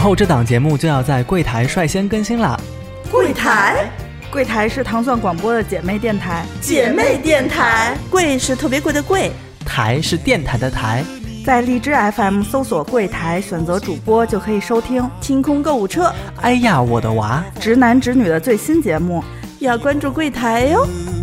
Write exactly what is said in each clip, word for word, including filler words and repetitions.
后这档节目就要在柜台率先更新啦。 柜台？ 柜台是糖蒜广播的姐妹电台。 姐妹电台？贵是特别贵的贵， 台是电台的台。 在荔枝 F M 搜索柜台，选择主播就可以收听清空购物车。 哎呀我的娃， 直男直女的最新节目， 要关注柜台哟。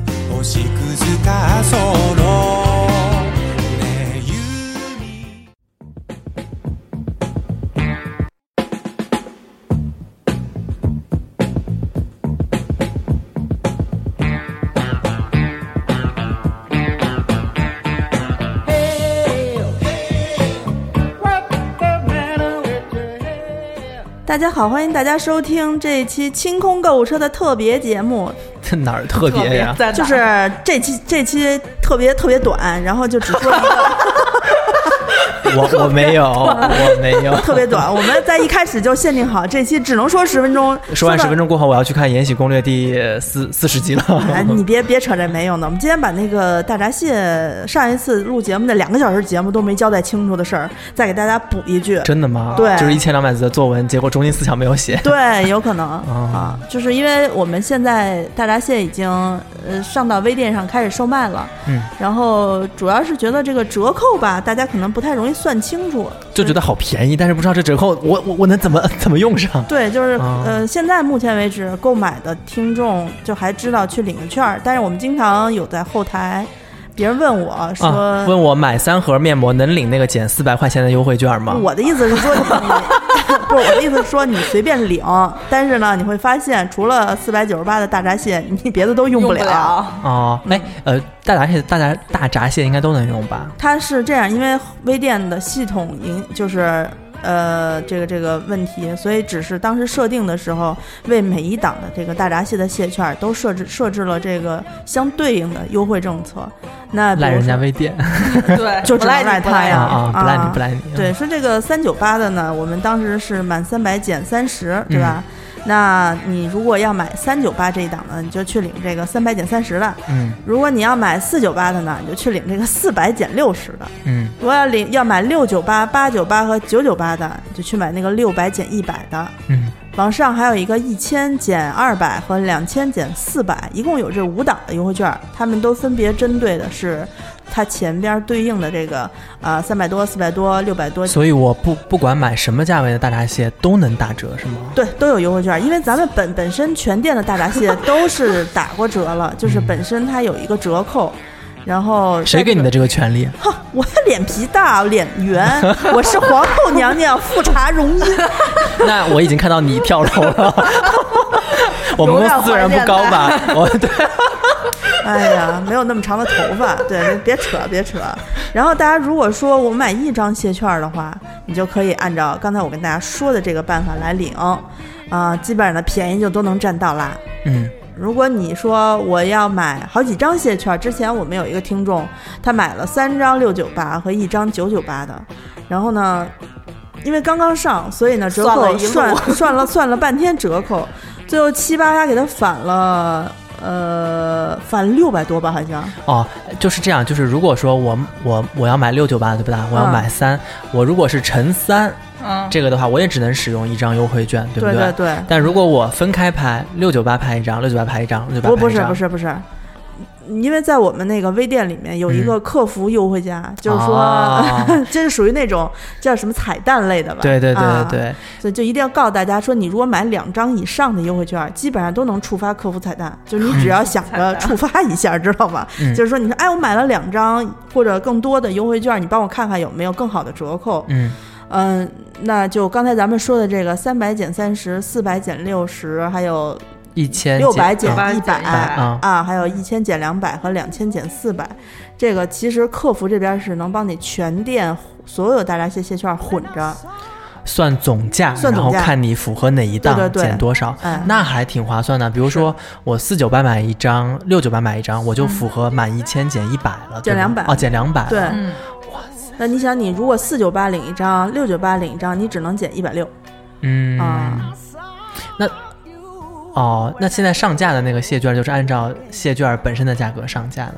大家好，欢迎大家收听这一期清空购物车的特别节目。 这哪儿特别呀？ 就是这期这期特别特别短，然后就只说一个。 我我没有，我没有， 特别短。我们在一开始就限定好，这期只能说十分钟。 说完十分钟过后，我要去看《延禧攻略》第四四十集了。 哎，你别别扯这没用的。我们今天把那个大闸蟹上一次录节目的两个小时节目都没交代清楚的事儿，再给大家补一句。 真的吗？ 对， 就是一千两百字的作文，结果中心思想没有写。 对，有可能、 哦、 啊，就是因为我们现在大闸蟹已经呃上到微店上开始售卖了， 嗯，然后主要是觉得这个折扣吧，大家可能不太容易算清楚。 就觉得好便宜，但是不知道这折扣我我我能怎么怎么用上？ 对，就是、 哦、 呃，现在目前为止购买的听众就还知道去领个券，但是我们经常有在后台，别人问我说、 啊，问我买三盒面膜能领那个减四百块钱的优惠券吗？ 我的意思是说你不是我的意思是说你随便领，但是呢，你会发现除了四百九十八的大闸蟹，你别的都用不了。 用不了哦，哎，呃，大闸蟹、大闸大闸蟹应该都能用吧？ 它是这样，因为微店的系统影就是呃这个这个问题，所以只是当时设定的时候，为每一档的这个大闸蟹的蟹券都设置设置了这个相对应的优惠政策。那赖人家微店， 对， 就只能赖他呀啊！不赖你，不赖你。 对，说这个三九八的呢，我们当时是满三百减三十，对吧？嗯，那你如果要买三九八这一档呢，你就去领这个三百减三十的。嗯，如果你要买四九八的呢，你就去领这个四百减六十的。嗯，如果要领要买六九八、八九八和九九八的，你就去买那个六百减一百的。嗯，往上还有一个一千减二百和两千减四百，一共有这五档的优惠券，他们都分别针对的是它前边对应的这个啊三百多、四百多、六百多。 所以我不不管买什么价位的大闸蟹都能打折是吗？ 对，都有优惠券，因为咱们本本身全店的大闸蟹都是打过折了，就是本身它有一个折扣。然后谁给你的这个权利？ 哈，我脸皮大，我脸圆，我是皇后娘娘，富察容音。 那我已经看到你跳楼了。我们公司虽然不高吧，我对。 哎呀，没有那么长的头发，对，别扯别扯。然后大家如果说我买一张蟹券的话，你就可以按照刚才我跟大家说的这个办法来领，啊、呃，基本上的便宜就都能占到啦。嗯。如果你说我要买好几张蟹券，之前我们有一个听众，他买了三张六九八和一张九九八的，然后呢，因为刚刚上，所以呢折扣算算了算了半天折扣，最后七八他给他返了。呃，返六百多吧，好像。 哦，就是这样，就是如果说我我我要买六九八，对不对？我要买三、嗯，我如果是乘三，嗯，这个的话，我也只能使用一张优惠券，对不对？ 对对对。 但如果我分开拍，六九八拍一张，六九八拍一张，六九八拍一张。 不不是不是不是。因为在我们那个微店里面有一个客服优惠价、嗯、就是说、哦、这是属于那种叫什么彩蛋类的吧， 对对对对对、 啊、所以就一定要告诉大家说，你如果买两张以上的优惠券基本上都能触发客服彩蛋，就是你只要想着触发一下知道吗、嗯、就是说你说哎我买了两张或者更多的优惠券，你帮我看看有没有更好的折扣。嗯嗯、呃，那就刚才咱们说的这个三百减三十、四百减六十，还有一千六百减一百啊， 啊，还有一千减两百和两千减四百，这个其实客服这边是能帮你全店所有大闸蟹蟹券混着算总价， 算总价， 然后看你符合哪一档对对对减多少， 嗯、 那还挺划算的。比如说我四九八买一张，六九八买一张，我就符合满一千减一百了， 减两百哦，减两百， 对， 嗯、 哇塞！那你想，你如果四九八领一张，六九八领一张，你只能减一百六， 嗯啊， 那。哦，那现在上架的那个蟹券就是按照蟹券本身的价格上架的。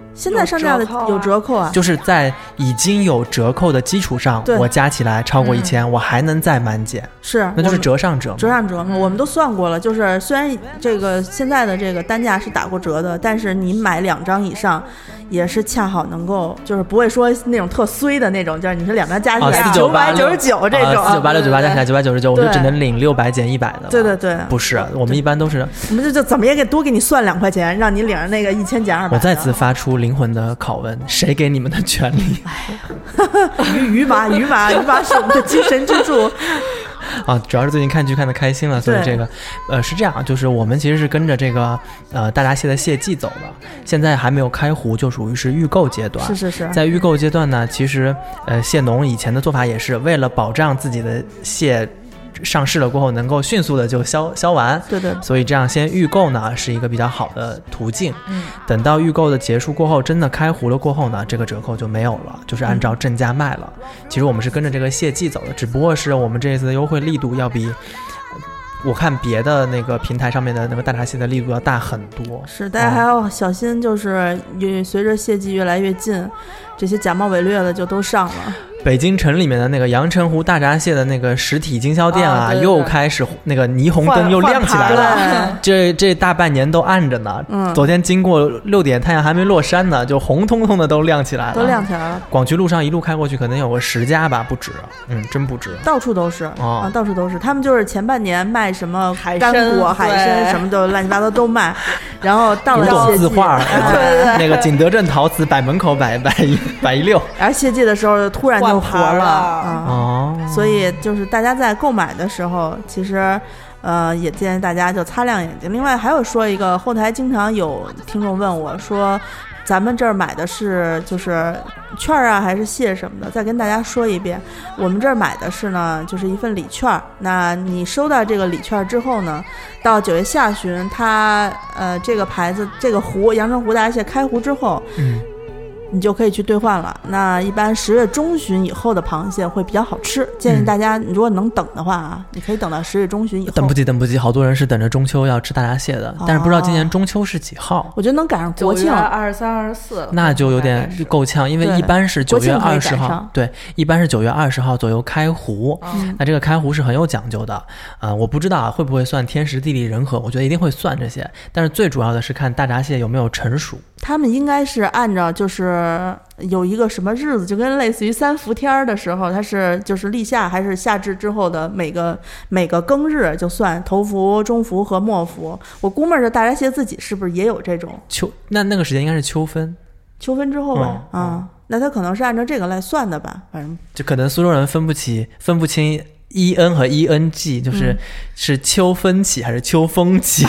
现在上架的有折扣啊， 就是在已经有折扣的基础上，我加起来超过一千、嗯，我还能再满减， 是， 那就是折上折， 折上折嘛。我们都算过了，就是虽然这个现在的这个单价是打过折的，但是你买两张以上，也是恰好能够，就是不会说那种特衰的那种，就是你说两张加起来九百九十九这种， 四九八六九八加起来九百九十九，我们就只能领六百减一百的。 对对对， 不是，我们一般都是， 我们就就怎么也给多给你算两块钱，让你领着那个一千减二百。 我再次发出灵魂的拷问。谁给你们的权利？ 鱼鱼马鱼马鱼马是我们的精神支柱啊！主要是最近看剧看得开心了，所以这个呃是这样，就是我们其实是跟着这个呃大闸蟹的蟹季走的，现在还没有开湖，就属于是预购阶段。 是是是， 在预购阶段呢，其实呃蟹农以前的做法也是为了保障自己的蟹上市了过后能够迅速的就销销完， 对对， 所以这样先预购呢是一个比较好的途径。 嗯， 等到预购的结束过后，真的开湖了过后呢，这个折扣就没有了，就是按照正价卖了。嗯、其实我们是跟着这个蟹季走的，只不过是我们这一次的优惠力度要比我看别的那个平台上面的那个大闸蟹的力度要大很多。 是，大家还要小心，就是随着蟹季越来越近，这些假冒伪劣的就都上了。 北京城里面的那个阳澄湖大闸蟹的那个实体经销店啊， 啊对对对， 又开始那个霓虹灯又亮起来了，这这大半年都暗着呢。嗯，昨天经过六点，太阳还没落山呢，就红彤彤的都亮起来了， 都亮起来了。 广渠路上一路开过去，可能有个十家吧，不止。嗯，真不止， 到处都是、 哦、 啊，到处都是。他们就是前半年卖什么干果、海参什么的，乱七八糟都卖。然后到了古董字画， 对对对， 那个景德镇陶瓷摆门口摆摆一摆一溜。 然后蟹季的时候突然就活了啊、 哦， 所以就是大家在购买的时候，其实呃也建议大家就擦亮眼睛。另外还有说一个，后台经常有听众问我说，咱们这儿买的是就是券啊还是蟹什么的？再跟大家说一遍，我们这儿买的是呢，就是一份礼券。那你收到这个礼券之后呢，到九月下旬，它呃这个牌子这个湖阳澄湖大闸蟹开湖之后， 嗯。 你就可以去兑换了。那一般十月中旬以后的螃蟹会比较好吃，建议大家如果能等的话啊，嗯、你可以等到十月中旬以后。 等不及，等不及，好多人是等着中秋要吃大闸蟹的，哦、但是不知道今年中秋是几号。 我觉得能赶上国庆， 二十三、二十四， 那就有点够呛，因为一般是九月二十号，对，一般是九月二十号左右开湖。嗯、那这个开湖是很有讲究的，呃，我不知道会不会算天时地利人和，我觉得一定会算这些，但是最主要的是看大闸蟹有没有成熟。 他们应该是按照就是有一个什么日子，就跟类似于三伏天的时候，它是就是立夏还是夏至之后的每个每个庚日就算头伏、中伏和末伏。我估摸着大闸蟹自己是不是也有这种秋？那那个时间应该是秋分， 秋分之后吧？啊、 嗯嗯， 那他可能是按照这个来算的吧？反正就可能苏州人分不起分不清。E N 和 E N G 就是、嗯、是秋分起还是秋风起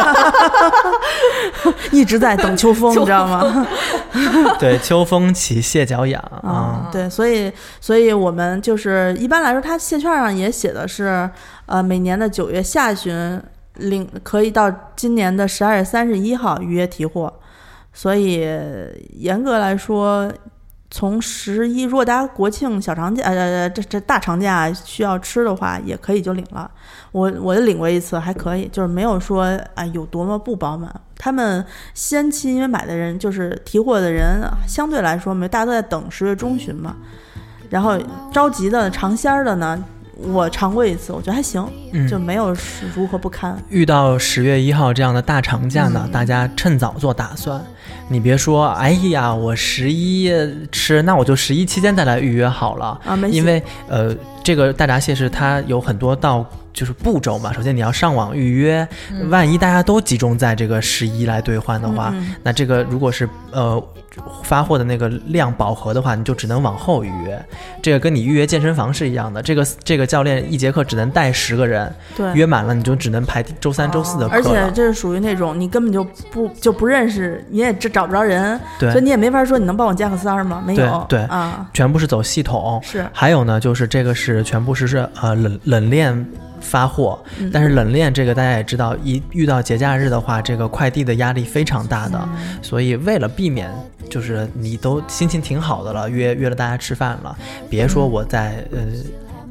一直在等秋风你知道吗对，秋风起蟹脚痒啊、 嗯，对，所以所以我们就是一般来说它蟹券上也写的是呃每年的九月下旬领可以到今年的十二月三十一号预约提货，所以严格来说从十一，如果大家国庆小长假呃这这大长假需要吃的话，也可以就领了。我我领过一次，还可以，就是没有说啊有多么不饱满。他们先期因为买的人就是提货的人相对来说没，大家都在等十月中旬嘛。然后着急的尝鲜的呢，我尝过一次，我觉得还行，嗯、就没有如何不堪。 遇到十月一号这样的大长假呢、嗯，大家趁早做打算。你别说，哎呀，我十一吃，那我就十一期间再来预约好了啊，没事。 因为呃，这个大闸蟹是它有很多道就是步骤嘛。首先你要上网预约，嗯、万一大家都集中在这个十一来兑换的话，嗯、那这个如果是呃发货的那个量饱和的话，你就只能往后预约。这个跟你预约健身房是一样的，这个这个教练一节课只能带十个人， 对， 约满了你就只能排周三、周四的课了。 而且这是属于那种你根本就不就不认识，你也找不着人， 对， 所以你也没法说你能帮我加个三吗？没有， 对对啊， 全部是走系统。 是， 还有呢，就是这个是全部是是呃冷冷链发货， 嗯、 但是冷链这个大家也知道，一遇到节假日的话，这个快递的压力非常大的， 嗯、 所以为了避免，就是你都心情挺好的了，约约了大家吃饭了，别说我在、嗯、呃。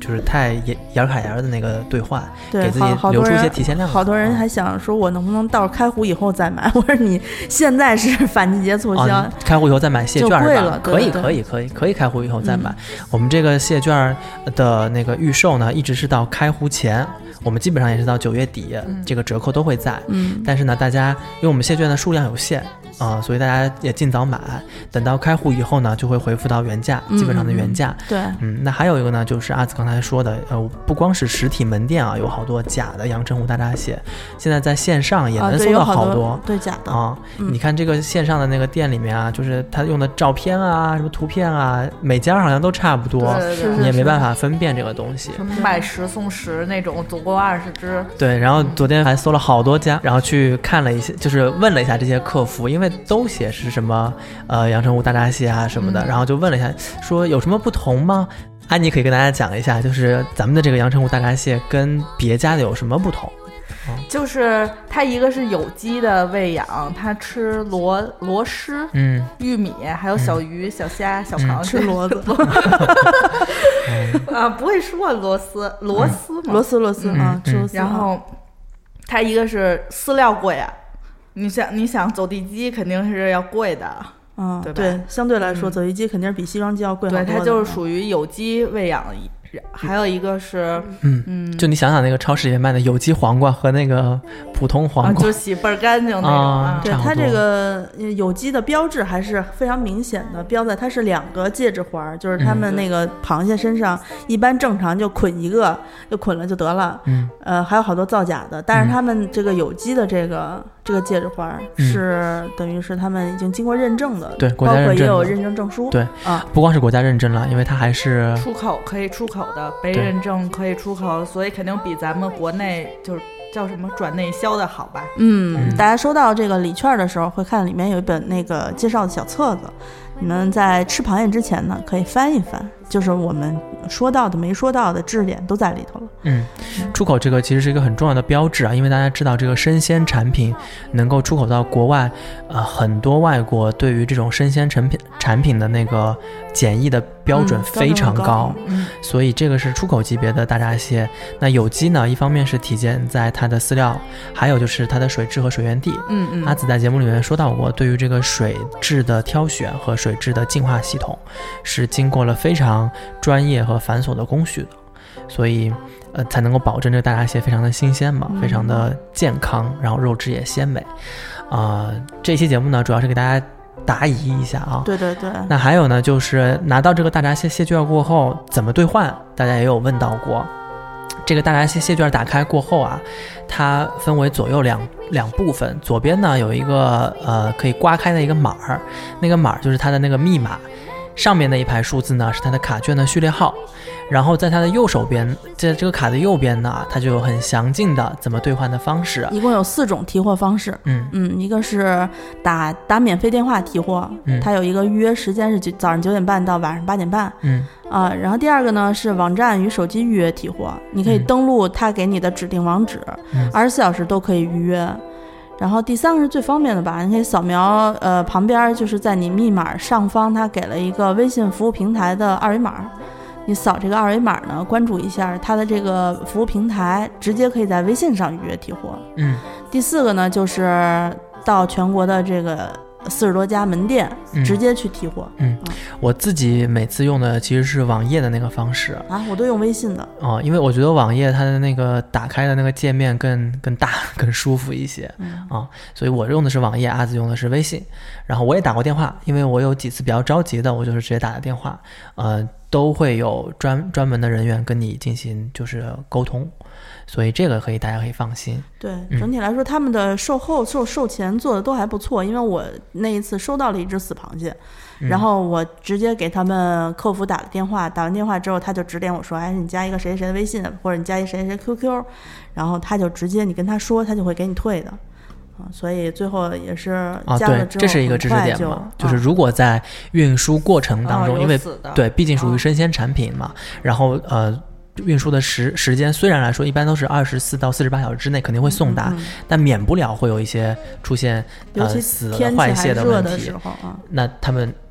就是太严严卡严的那个兑换， 对， 给自己留出一些提现量。 好多人还想说我能不能到时候开户以后再买，我说你现在是反季节促销、 啊、开户以后再买谢券是吧？可以对可以可以可以开户以后再买、嗯、我们这个谢券的那个预售呢一直是到开户前，我们基本上也是到九月底、嗯、这个折扣都会在， 嗯， 但是呢大家因为我们谢券的数量有限啊、呃，所以大家也尽早买，等到开户以后呢就会恢复到原价、嗯、基本上的原价。 对， 嗯，那还有一个呢就是阿紫刚才说的，呃，不光是实体门店啊有好多假的阳澄湖大闸蟹，现在在线上也能搜到好多、 啊、对, 对假的啊、 嗯、 你看这个线上的那个店里面啊，就是他用的照片啊什么图片啊每家好像都差不多， 对对对， 你也没办法分辨这个东西， 什么买十送十那种总共二十只。 对，然后昨天还搜了好多家，然后去看了一些，就是问了一下这些客服，因为都写是什么呃阳澄湖大闸蟹啊什么的、嗯、然后就问了一下说有什么不同吗？安妮可以跟大家讲一下，就是咱们的这个阳澄湖大闸蟹跟别家的有什么不同？ 就是它一个是有机的喂养，它吃螺螺丝、 嗯、 玉米，还有小鱼、嗯、小虾、小螃蟹， 吃骡子啊，不会说螺丝，螺丝嘛， 螺丝螺丝啊， 吃螺丝。 然后它一个是饲料贵啊，你想你想走地鸡肯定是要贵的。 嗯， 对吧？ 对，相对来说，走地鸡肯定是比西装鸡要贵好多的。 对，它就是属于有机喂养。还有一个是， 嗯嗯，就你想想那个超市里面卖的有机黄瓜和那个普通黄瓜， 啊、就洗倍儿干净那种。 啊、 对，它这个有机的标志还是非常明显的，标在它是两个戒指环，就是他们那个螃蟹身上、嗯、一般正常就捆一个，就捆了就得了。 嗯，呃， 还有好多造假的，但是他们这个有机的这个、嗯、这个戒指环是、嗯、等于是他们已经经过认证的， 对，国家认证的， 包括也有认证证书。 对啊， 不光是国家认证了，因为它还是出口可以出口的，被认证可以出口，所以肯定比咱们国内就是叫什么转内销的好吧。 嗯，大家收到这个礼券的时候会看里面有一本那个介绍的小册子，你们在吃螃蟹之前呢可以翻一翻，就是我们说到的没说到的知识点都在里头了。 嗯，出口这个其实是一个很重要的标志啊，因为大家知道这个生鲜产品能够出口到国外，呃，很多外国对于这种生鲜产品产品的那个检疫的标准非常高， 嗯， 所以这个是出口级别的大闸蟹。那有机呢，一方面是体现在它的饲料，还有就是它的水质和水源地。 嗯嗯， 阿紫在节目里面说到过，对于这个水质的挑选和水质的净化系统是经过了非常专业和繁琐的工序的，所以呃才能够保证这个大闸蟹非常的新鲜嘛，非常的健康，然后肉质也鲜美。啊、呃，这期节目呢主要是给大家答疑一下啊。 对对对。 那还有呢，就是拿到这个大闸蟹蟹券过后怎么兑换，大家也有问到过。这个大闸蟹蟹券打开过后啊，它分为左右两两部分，左边呢有一个呃可以刮开的一个码儿，那个码儿就是它的那个密码，上面那一排数字呢是它的卡券的序列号，然后在它的右手边，在这个卡的右边呢，它就有很详尽的怎么兑换的方式， 一共有四种提货方式。 嗯嗯，一个是打打免费电话提货， 嗯， 它有一个预约时间是早上九点半到晚上八点半， 嗯啊，然后第二个呢是网站与手机预约提货，你可以登录它给你的指定网址，二十四小时都可以预约。然后第三个是最方便的吧，你可以扫描呃旁边就是在你密码上方，它给了一个微信服务平台的二维码，你扫这个二维码呢，关注一下它的这个服务平台，直接可以在微信上预约提货。 嗯， 第四个呢就是到全国的这个四十多家门店直接去提货。 嗯，嗯我自己每次用的其实是网页的那个方式啊，我都用微信的哦，因为我觉得网页它的那个打开的那个界面更更大更舒服一些、 嗯、 啊，所以我用的是网页，阿紫用的是微信。然后我也打过电话，因为我有几次比较着急的，我就是直接打的电话，呃，都会有专专门的人员跟你进行就是沟通。所以这个可以大家可以放心。 对，整体来说、嗯、他们的售后售售前做的都还不错，因为我那一次收到了一只死螃蟹、嗯、然后我直接给他们客服打了电话，打完电话之后他就指点我说，哎，你加一个谁谁的微信，或者你加一谁谁 Q Q， 然后他就直接你跟他说，他就会给你退的啊，所以最后也是加了之后、 啊、对，这是一个知识点嘛，就、就是如果在运输过程当中、 哦、 因为对毕竟属于生鲜产品嘛、哦、然后呃运输的时时间虽然来说一般都是二十四到四十八小时之内肯定会送达、嗯、但免不了会有一些出现呃死了坏蟹的问题， 的时候、啊、 那他们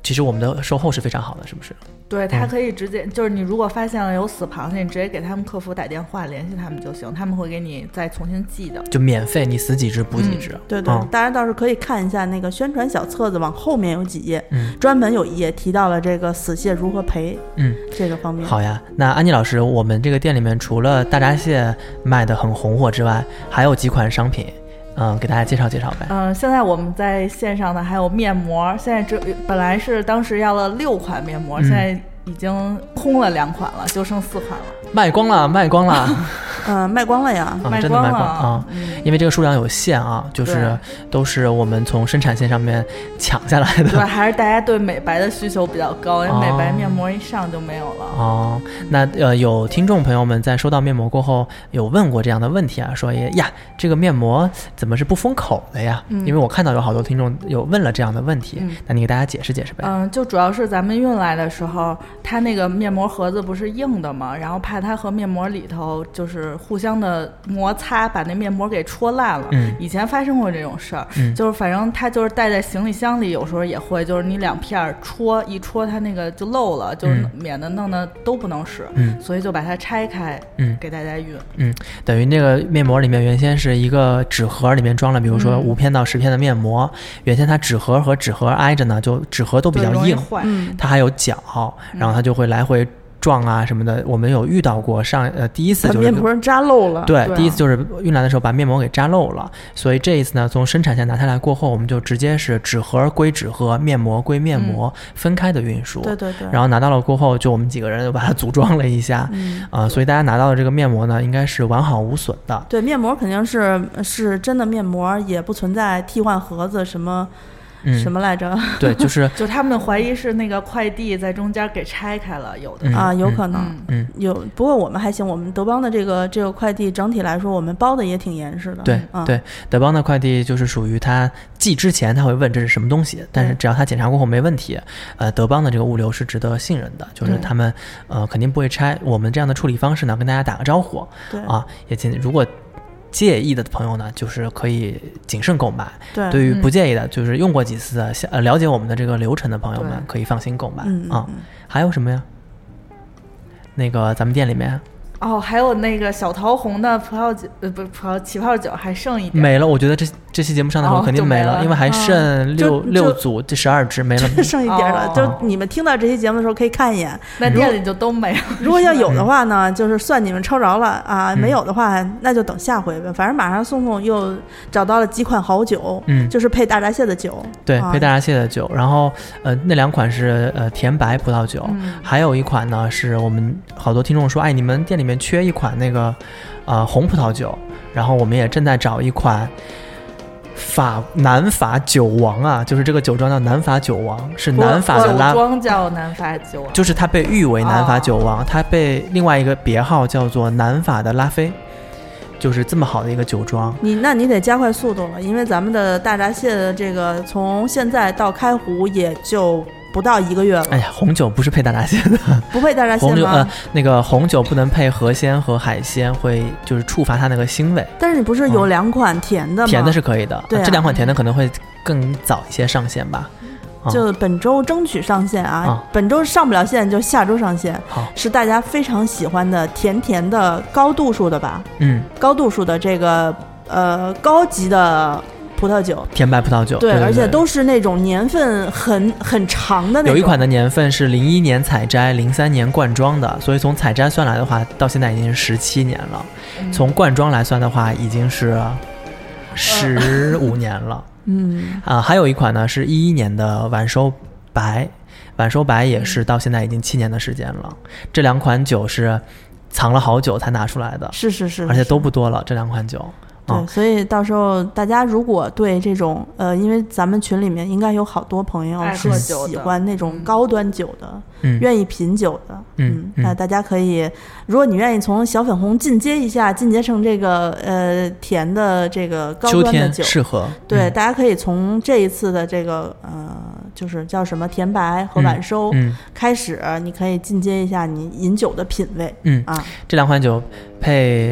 其实我们的售后是非常好的，是不是？ 对，它可以直接、嗯、就是你如果发现了有死螃蟹，你直接给他们客服打电话联系他们就行，他们会给你再重新寄的， 就免费，你死几只补几只、嗯、 对对、嗯、大家倒是可以看一下那个宣传小册子，往后面有几页、 嗯、 专门有一页提到了这个死蟹如何赔， 嗯， 这个方面。 好呀，那安妮老师，我们这个店里面除了大闸蟹卖的很红火之外，还有几款商品，嗯，给大家介绍介绍呗。 嗯，现在我们在线上的还有面膜，现在这本来是当时要了六款面膜、嗯、现在已经空了两款了，就剩四款了， 卖光了，卖光了。 嗯，卖光了呀， 啊、 卖真的卖光啊、嗯！因为这个数量有限啊，就是都是我们从生产线上面抢下来的。 对，还是大家对美白的需求比较高，因为美白面膜一上就没有了。 哦，那呃，有听众朋友们在收到面膜过后有问过这样的问题啊，说呀，这个面膜怎么是不封口的呀？嗯、因为我看到有好多听众有问了这样的问题，嗯、那你给大家解释解释呗。 嗯，就主要是咱们运来的时候，它那个面膜盒子不是硬的嘛，然后怕它和面膜里头就是互相的摩擦，把那面膜给戳烂了。 嗯， 以前发生过这种事儿、 嗯， 就是反正它就是带在行李箱里，有时候也会，就是你两片戳一戳，它那个就漏了，就是免得弄得都不能使。 嗯， 所以就把它拆开， 嗯， 给大家运。 嗯，等于那个面膜里面原先是一个纸盒，里面装了，比如说五片到十片的面膜，嗯、原先它纸盒和纸盒挨着呢，就纸盒都比较硬， 嗯， 它还有角，然后它就会来回撞啊什么的，我们有遇到过。上呃第一次就是把面膜扎漏了， 对， 对、啊， 第一次就是运来的时候把面膜给扎漏了，所以这一次呢，从生产线拿下来过后，我们就直接是纸盒归纸盒，面膜归面膜，嗯、分开的运输。 对对对。 然后拿到了过后，就我们几个人又把它组装了一下， 嗯啊、呃，所以大家拿到的这个面膜呢，应该是完好无损的。 对，面膜肯定是是真的面膜，也不存在替换盒子什么。 嗯、 什么来着？ 对，就是就他们怀疑是那个快递在中间给拆开了，有的、 嗯、 啊，有可能， 嗯， 有。不过我们还行，我们德邦的这个这个快递整体来说，我们包的也挺严实的。 对、 嗯、 对，德邦的快递就是属于他寄之前他会问这是什么东西，但是只要他检查过后没问题，呃，德邦的这个物流是值得信任的，就是他们呃肯定不会拆。我们这样的处理方式呢，跟大家打个招呼， 对啊，也请如果介意的朋友呢，就是可以谨慎购买。 对， 对于不介意的，嗯、就是用过几次的、呃了解我们的这个流程的朋友们，可以放心购买嗯啊、嗯。还有什么呀？那个咱们店里面。 哦，还有那个小桃红的葡萄酒，呃，不是葡萄起泡酒还剩一点没了。我觉得这这期节目上的时候肯定没了， 哦、 因为还剩六、 嗯、 六组，这十二支没了， 剩一点了。 哦、 就你们听到这期节目的时候可以看一眼， 那店里就都没了。 如果要有的话呢，就是算你们抽着了啊； 嗯、 没有的话，那就等下回呗。反正马上宋宋又找到了几款好酒， 嗯， 就是配大闸蟹的酒， 对， 啊、 配大闸蟹的酒。然后呃，那两款是呃甜白葡萄酒， 嗯、 还有一款呢是我们好多听众说，哎，你们店里面缺一款那个。那个呃红葡萄酒，然后我们也正在找一款法南法酒王啊，就是这个酒庄叫南法酒王，是南法的拉， 酒庄叫南法酒王， 就是它被誉为南法酒王，哦、它被另外一个别号叫做南法的拉菲，就是这么好的一个酒庄。 你那你得加快速度了，因为咱们的大闸蟹的这个从现在到开壶也就不到一个月了。 哎呀，红酒不是配大闸蟹的， 不配大闸蟹吗？ 红酒呃，那个红酒不能配河鲜和海鲜，会就是触发它那个腥味。 但是你不是有两款甜的吗？ 嗯、甜的是可以的， 对、啊， 这两款甜的可能会更早一些上线吧。 就本周争取上线啊！ 啊本周上不了线就下周上线。 好， 是大家非常喜欢的甜甜的高度数的吧？ 嗯， 高度数的这个呃高级的。葡萄酒， 甜白葡萄酒， 对， 对, 对, 对， 而且都是那种年份很很长的那种。 有一款的年份是零一年采摘，零三年灌装的，所以从采摘算来的话，到现在已经是十七年了。嗯、从灌装来算的话，已经是十五年了。 嗯啊、呃，还有一款呢是一一年的晚收白，晚收白也是到现在已经七年的时间了。这两款酒是藏了好久才拿出来的， 是是 是, 是， 而且都不多了，这两款酒。 对，哦、所以到时候大家如果对这种呃，因为咱们群里面应该有好多朋友是喜欢那种高端酒的， 嗯， 愿意品酒的， 嗯， 嗯那大家可以，如果你愿意从小粉红进阶一下，进阶成这个呃甜的这个高端的酒， 适合， 对、 嗯， 大家可以从这一次的这个呃，就是叫什么甜白和晚收、 嗯嗯、 开始，你可以进阶一下你饮酒的品味， 嗯啊， 这两款酒配。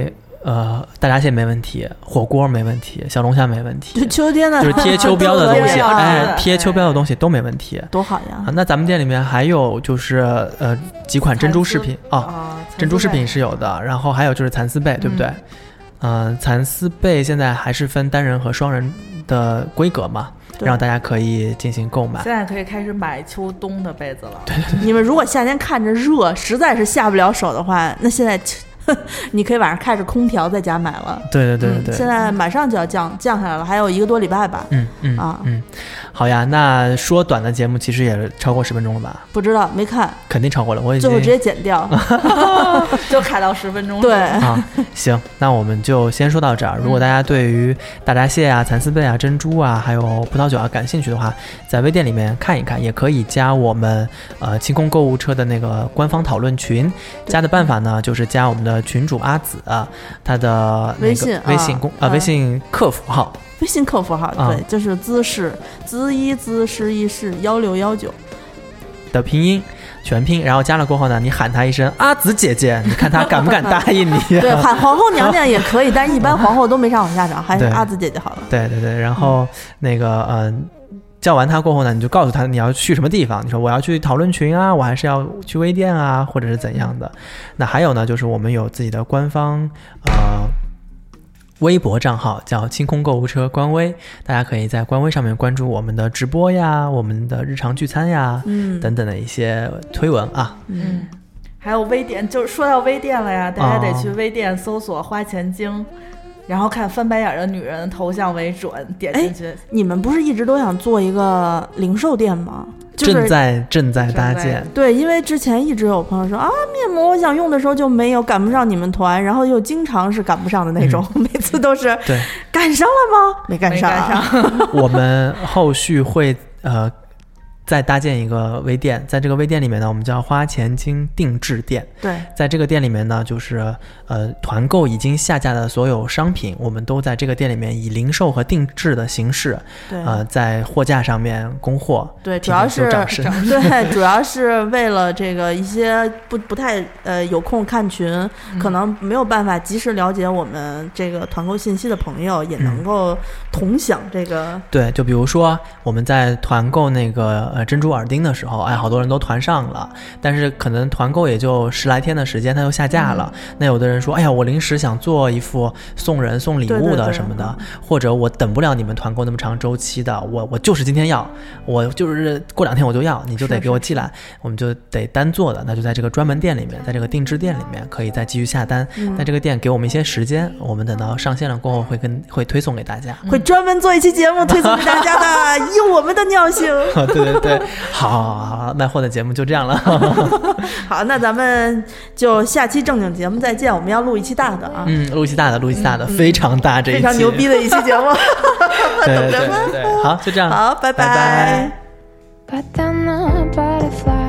呃，大闸蟹没问题，火锅没问题，小龙虾没问题， 就秋天的就是贴秋膘的东西， 啊哎，贴秋膘的东西都没问题。 多好呀！ 啊，那咱们店里面还有就是呃几款珍珠饰品哦， 哦珍珠饰品是有的，然后还有就是蚕丝被，对不对？嗯、呃，蚕丝被现在还是分单人和双人的规格嘛，让大家可以进行购买。 现在可以开始买秋冬的被子了。 对对对， 你们如果夏天看着热，实在是下不了手的话，那现在你可以晚上开着空调在家买了。 对对对对对、 嗯，现在马上就要降降下来了，还有一个多礼拜吧。 嗯嗯啊嗯，好呀，那说短的节目其实也超过十分钟了吧？ 不知道，没看， 肯定超过了，我已经最后直接剪掉， 就卡到十分钟。 对啊，行，那我们就先说到这儿。如果大家对于大闸蟹啊、蚕丝被啊、珍珠啊，还有葡萄酒啊感兴趣的话，在微店里面看一看，也可以加我们呃清空购物车的那个官方讨论群。加的办法呢，就是加我们的群主阿紫啊，他的那个微信微信公啊呃微信客服号。 微信客服号， 啊对，就是姿势姿一姿势一式幺六幺九的拼音全拼，然后加了过后呢，你喊他一声阿紫姐姐，你看他敢不敢答应你、啊？ 对，喊皇后娘娘也可以，但是一般皇后都没上我下场，还是阿紫姐姐好了。 对对对，然后那个嗯、呃，叫完他过后呢，你就告诉他你要去什么地方，你说我要去讨论群啊，我还是要去微店啊，或者是怎样的。那还有呢，就是我们有自己的官方呃。微博账号叫清空购物车官微，大家可以在官微上面关注我们的直播呀，我们的日常聚餐呀， 嗯， 等等的一些推文啊。 嗯， 还有微店，就是说到微店了呀，大家得去微店搜索花钱精，然后看翻白眼的女人头像为准，点进去。 你们不是一直都想做一个零售店吗？就是正在正在搭建。 对，因为之前一直有朋友说啊，面膜我想用的时候就没有，赶不上你们团，然后又经常是赶不上的那种，嗯、每次都是对赶上了吗？没赶上。 没赶上我们后续会呃。再搭建一个微店，在这个微店里面呢，我们叫花钱精定制店。 对， 在这个店里面呢，就是呃团购已经下架的所有商品，我们都在这个店里面以零售和定制的形式， 对， 呃，在货架上面供货。 对，主要是对，主要是为了这个一些不不太呃有空看群、嗯，可能没有办法及时了解我们这个团购信息的朋友，也能够同享这个。 嗯、对，就比如说我们在团购那个。呃，珍珠耳钉的时候，哎，好多人都团上了，但是可能团购也就十来天的时间，它就下架了。嗯、那有的人说，哎呀，我临时想做一副送人送礼物的什么的，对对对，或者我等不了你们团购那么长周期的，我我就是今天要，我就是过两天我就要，你就得给我寄来，是是我们就得单做的，那就在这个专门店里面，在这个定制店里面，可以再继续下单。 嗯、 在这个店给我们一些时间，我们等到上线了过后会跟会推送给大家， 会专门做一期节目推送给大家的，以我们的尿性。 对对对，好，好，好，好，卖货的节目就这样了。 好，那咱们就下期正经节目再见。我们要录一期大的啊， 嗯，录一期大的，录一期大的，嗯、非常大，这一期非常牛逼的一期节目。 对对对对，好，就这样， 好，拜拜。 拜拜。